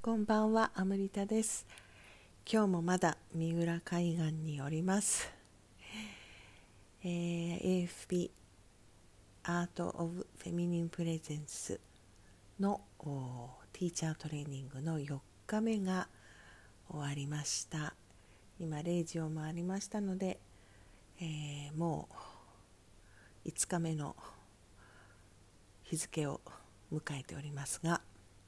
こんばんは、アムリタです。今日もまだ三浦海岸におります。AFP アートオブフェミニンプレゼンスのティーチャートレーニングの4日目が終わりました。今0時を回りましたので、もう5日目の日付を迎えておりますが、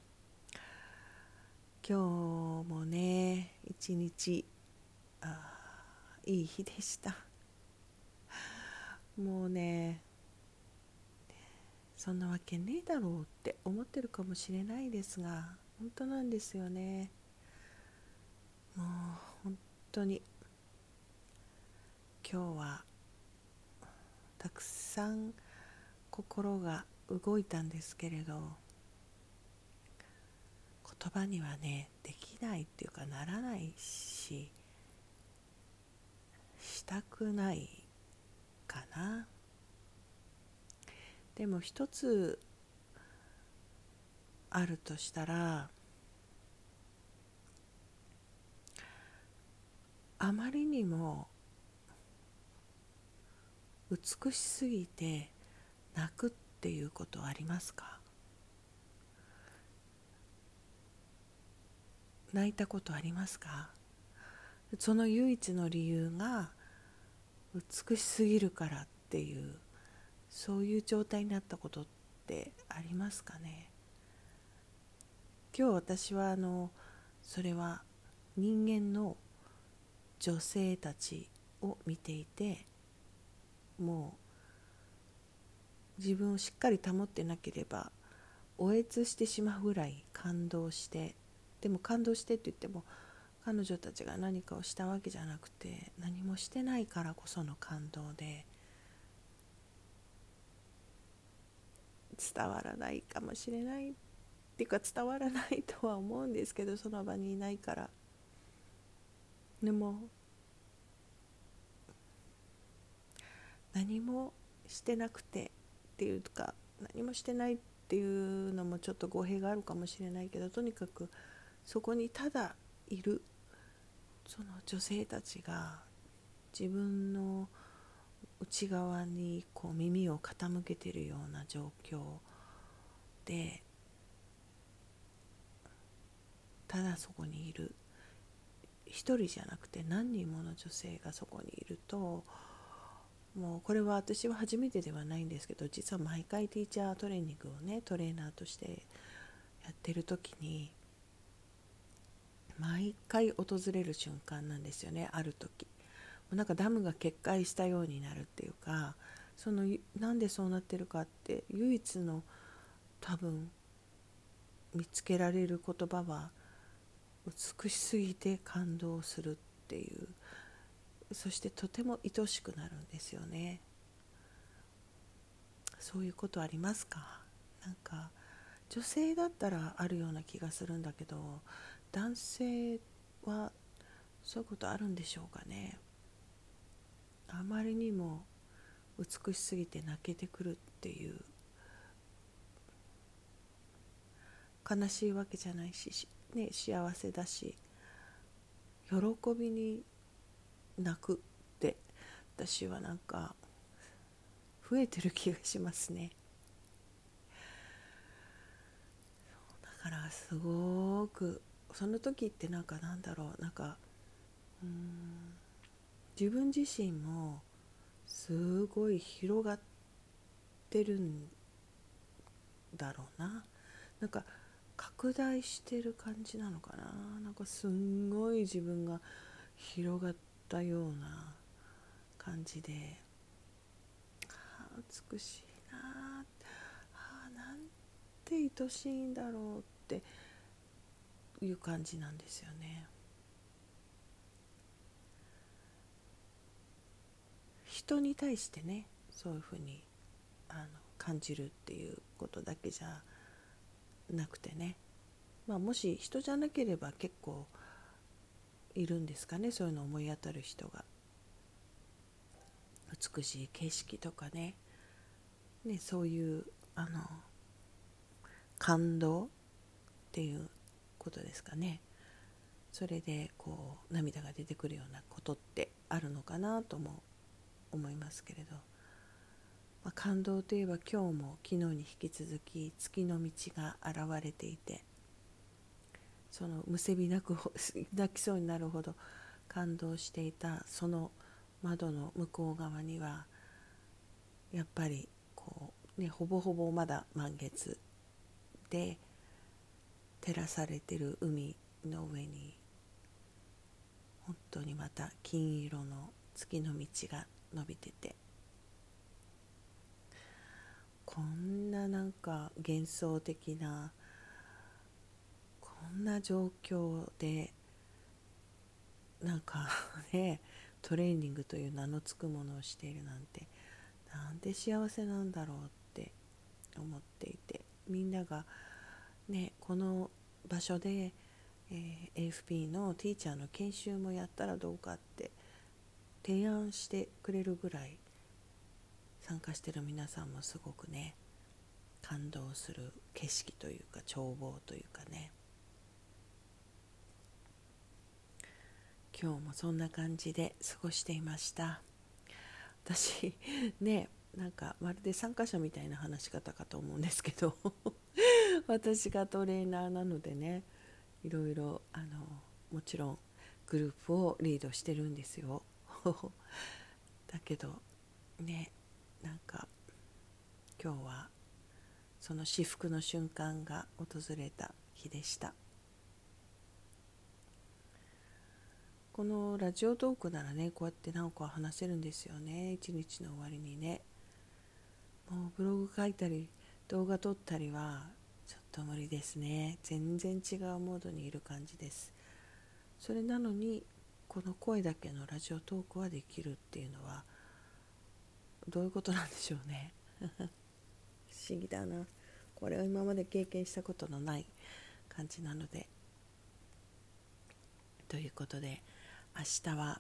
今日もね一日いい日でした。もうね、そんなわけねえだろうって思ってるかもしれないですが、本当なんですよね。もう本当に今日はたくさん心が動いたんですけれど、言葉にはねできないっていうかならないし、したくないかな。でも一つあるとしたら、あまりにも美しすぎて泣くっていうことはありますか？泣いたことありますか？その唯一の理由が美しすぎるからっていう、そういう状態になったことってありますかね。今日私はそれは人間の女性たちを見ていて、もう自分をしっかり保ってなければおえつしてしまうぐらい感動して、でも感動してって言っても彼女たちが何かをしたわけじゃなくて、何もしてないからこその感動で、伝わらないかもしれないっていうか、伝わらないとは思うんですけど、その場にいないから。でも何もしてなくてっていうか、何もしてないっていうのもちょっと語弊があるかもしれないけど、とにかくそこにただいるその女性たちが自分の内側にこう耳を傾けているような状況で、ただそこにいる、一人じゃなくて何人もの女性がそこにいると、もうこれは私は初めてではないんですけど、実は毎回ティーチャートレーニングをね、トレーナーとしてやってる時に毎回訪れる瞬間なんですよね。ある時なんかダムが決壊したようになるっていうか、そのなんでそうなってるかって唯一の多分見つけられる言葉は、美しすぎて感動するっていう、そしてとても愛しくなるんですよね。そういうことありますか？なんか女性だったらあるような気がするんだけど、男性はそういうことあるんでしょうかね。あまりにも美しすぎて泣けてくるっていう、悲しいわけじゃないし、ね、幸せだし、喜びに泣くって私はなんか増えてる気がしますね。だからすごくその時ってなんだろう、自分自身もすごい広がってるんだろうな。なんか拡大してる感じなのかな。なんかすんごい自分が広がったような感じで、美しいななんて愛しいんだろうっていう感じなんですよね。人に対してね、そういうふうに感じるっていうことだけじゃなくてね、もし人じゃなければ結構いるんですかね、そういうの思い当たる人が。美しい景色とかね、そういう感動っていうことですかね。それでこう涙が出てくるようなことってあるのかなとも思いますけれど、感動といえば今日も昨日に引き続き月の道が現れていて、そのむせび泣きそうになるほど感動していたその窓の向こう側にはやっぱりこう、ね、ほぼほぼまだ満月で照らされている海の上に本当にまた金色の月の道が伸びてて、こんななんか幻想的なこんな状況でなんかねトレーニングという名の付くものをしているなんてなんで幸せなんだろうって思っていて、みんながねこの場所で、AFP のティーチャーの研修もやったらどうかって提案してくれるぐらい参加している皆さんもすごくね感動する景色というか眺望というかね、今日もそんな感じで過ごしていました。私ねなんかまるで参加者みたいな話し方かと思うんですけど私がトレーナーなのでね、いろいろもちろんグループをリードしてるんですよだけどね、なんか今日はその至福の瞬間が訪れた日でした。このラジオトークならねこうやって何個話せるんですよね、一日の終わりにね。もうブログ書いたり動画撮ったりはちょっと無理ですね。全然違うモードにいる感じです。それなのにこの声だけのラジオトークはできるっていうのはどういうことなんでしょうね不思議だな。これは今まで経験したことのない感じなので、ということで明日は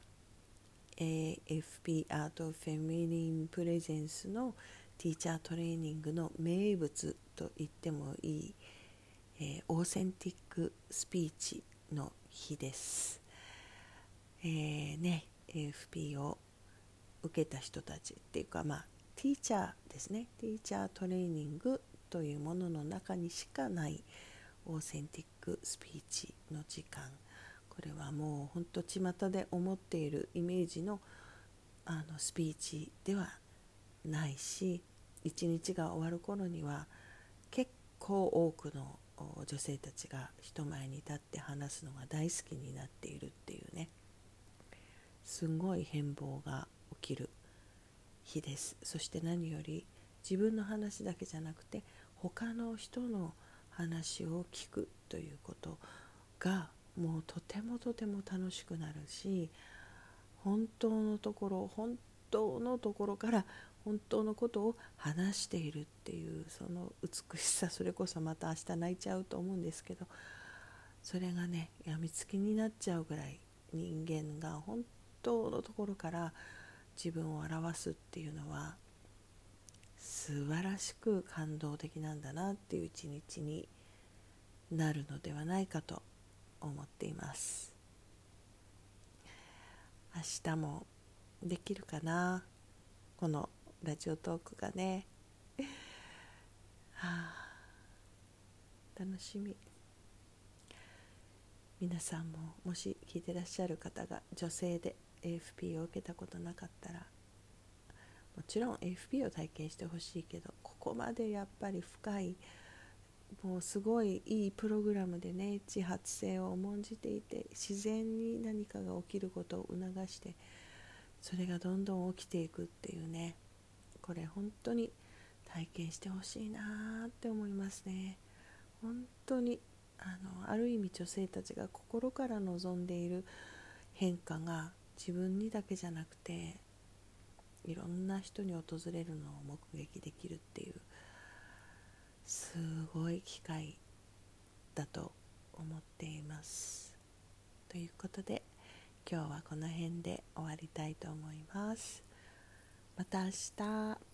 AFP アートフェミニンプレゼンスのティーチャートレーニングの名物と言ってもいい、オーセンティックスピーチの日です。AFP を受けた人たちっていうか、ティーチャーですね、ティーチャートレーニングというものの中にしかないオーセンティックスピーチの時間、これはもう本当巷で思っているイメージのスピーチではないし、一日が終わる頃には結構多くの女性たちが人前に立って話すのが大好きになっているっていうね、すごい変貌が起きる日です。そして何より自分の話だけじゃなくて他の人の話を聞くということがもうとてもとても楽しくなるし、本当のところから本当のことを話しているっていうその美しさ、それこそまた明日泣いちゃうと思うんですけど、それがねやみつきになっちゃうぐらい人間が本当のところから自分を表すっていうのは素晴らしく感動的なんだなっていう一日になるのではないかと思っています。明日もできるかな、このラジオトークがね楽しみ。皆さんももし聞いてらっしゃる方が女性で AFP を受けたことなかったら、もちろん AFP を体験してほしいけど、ここまでやっぱり深い、もうすごいいいプログラムでね、自発性を重んじていて自然に何かが起きることを促して、それがどんどん起きていくっていうね、これ本当に体験してほしいなって思いますね。本当にある意味女性たちが心から望んでいる変化が自分にだけじゃなくていろんな人に訪れるのを目撃できるっていうすごい機会だと思っています。ということで今日はこの辺で終わりたいと思います。また明日。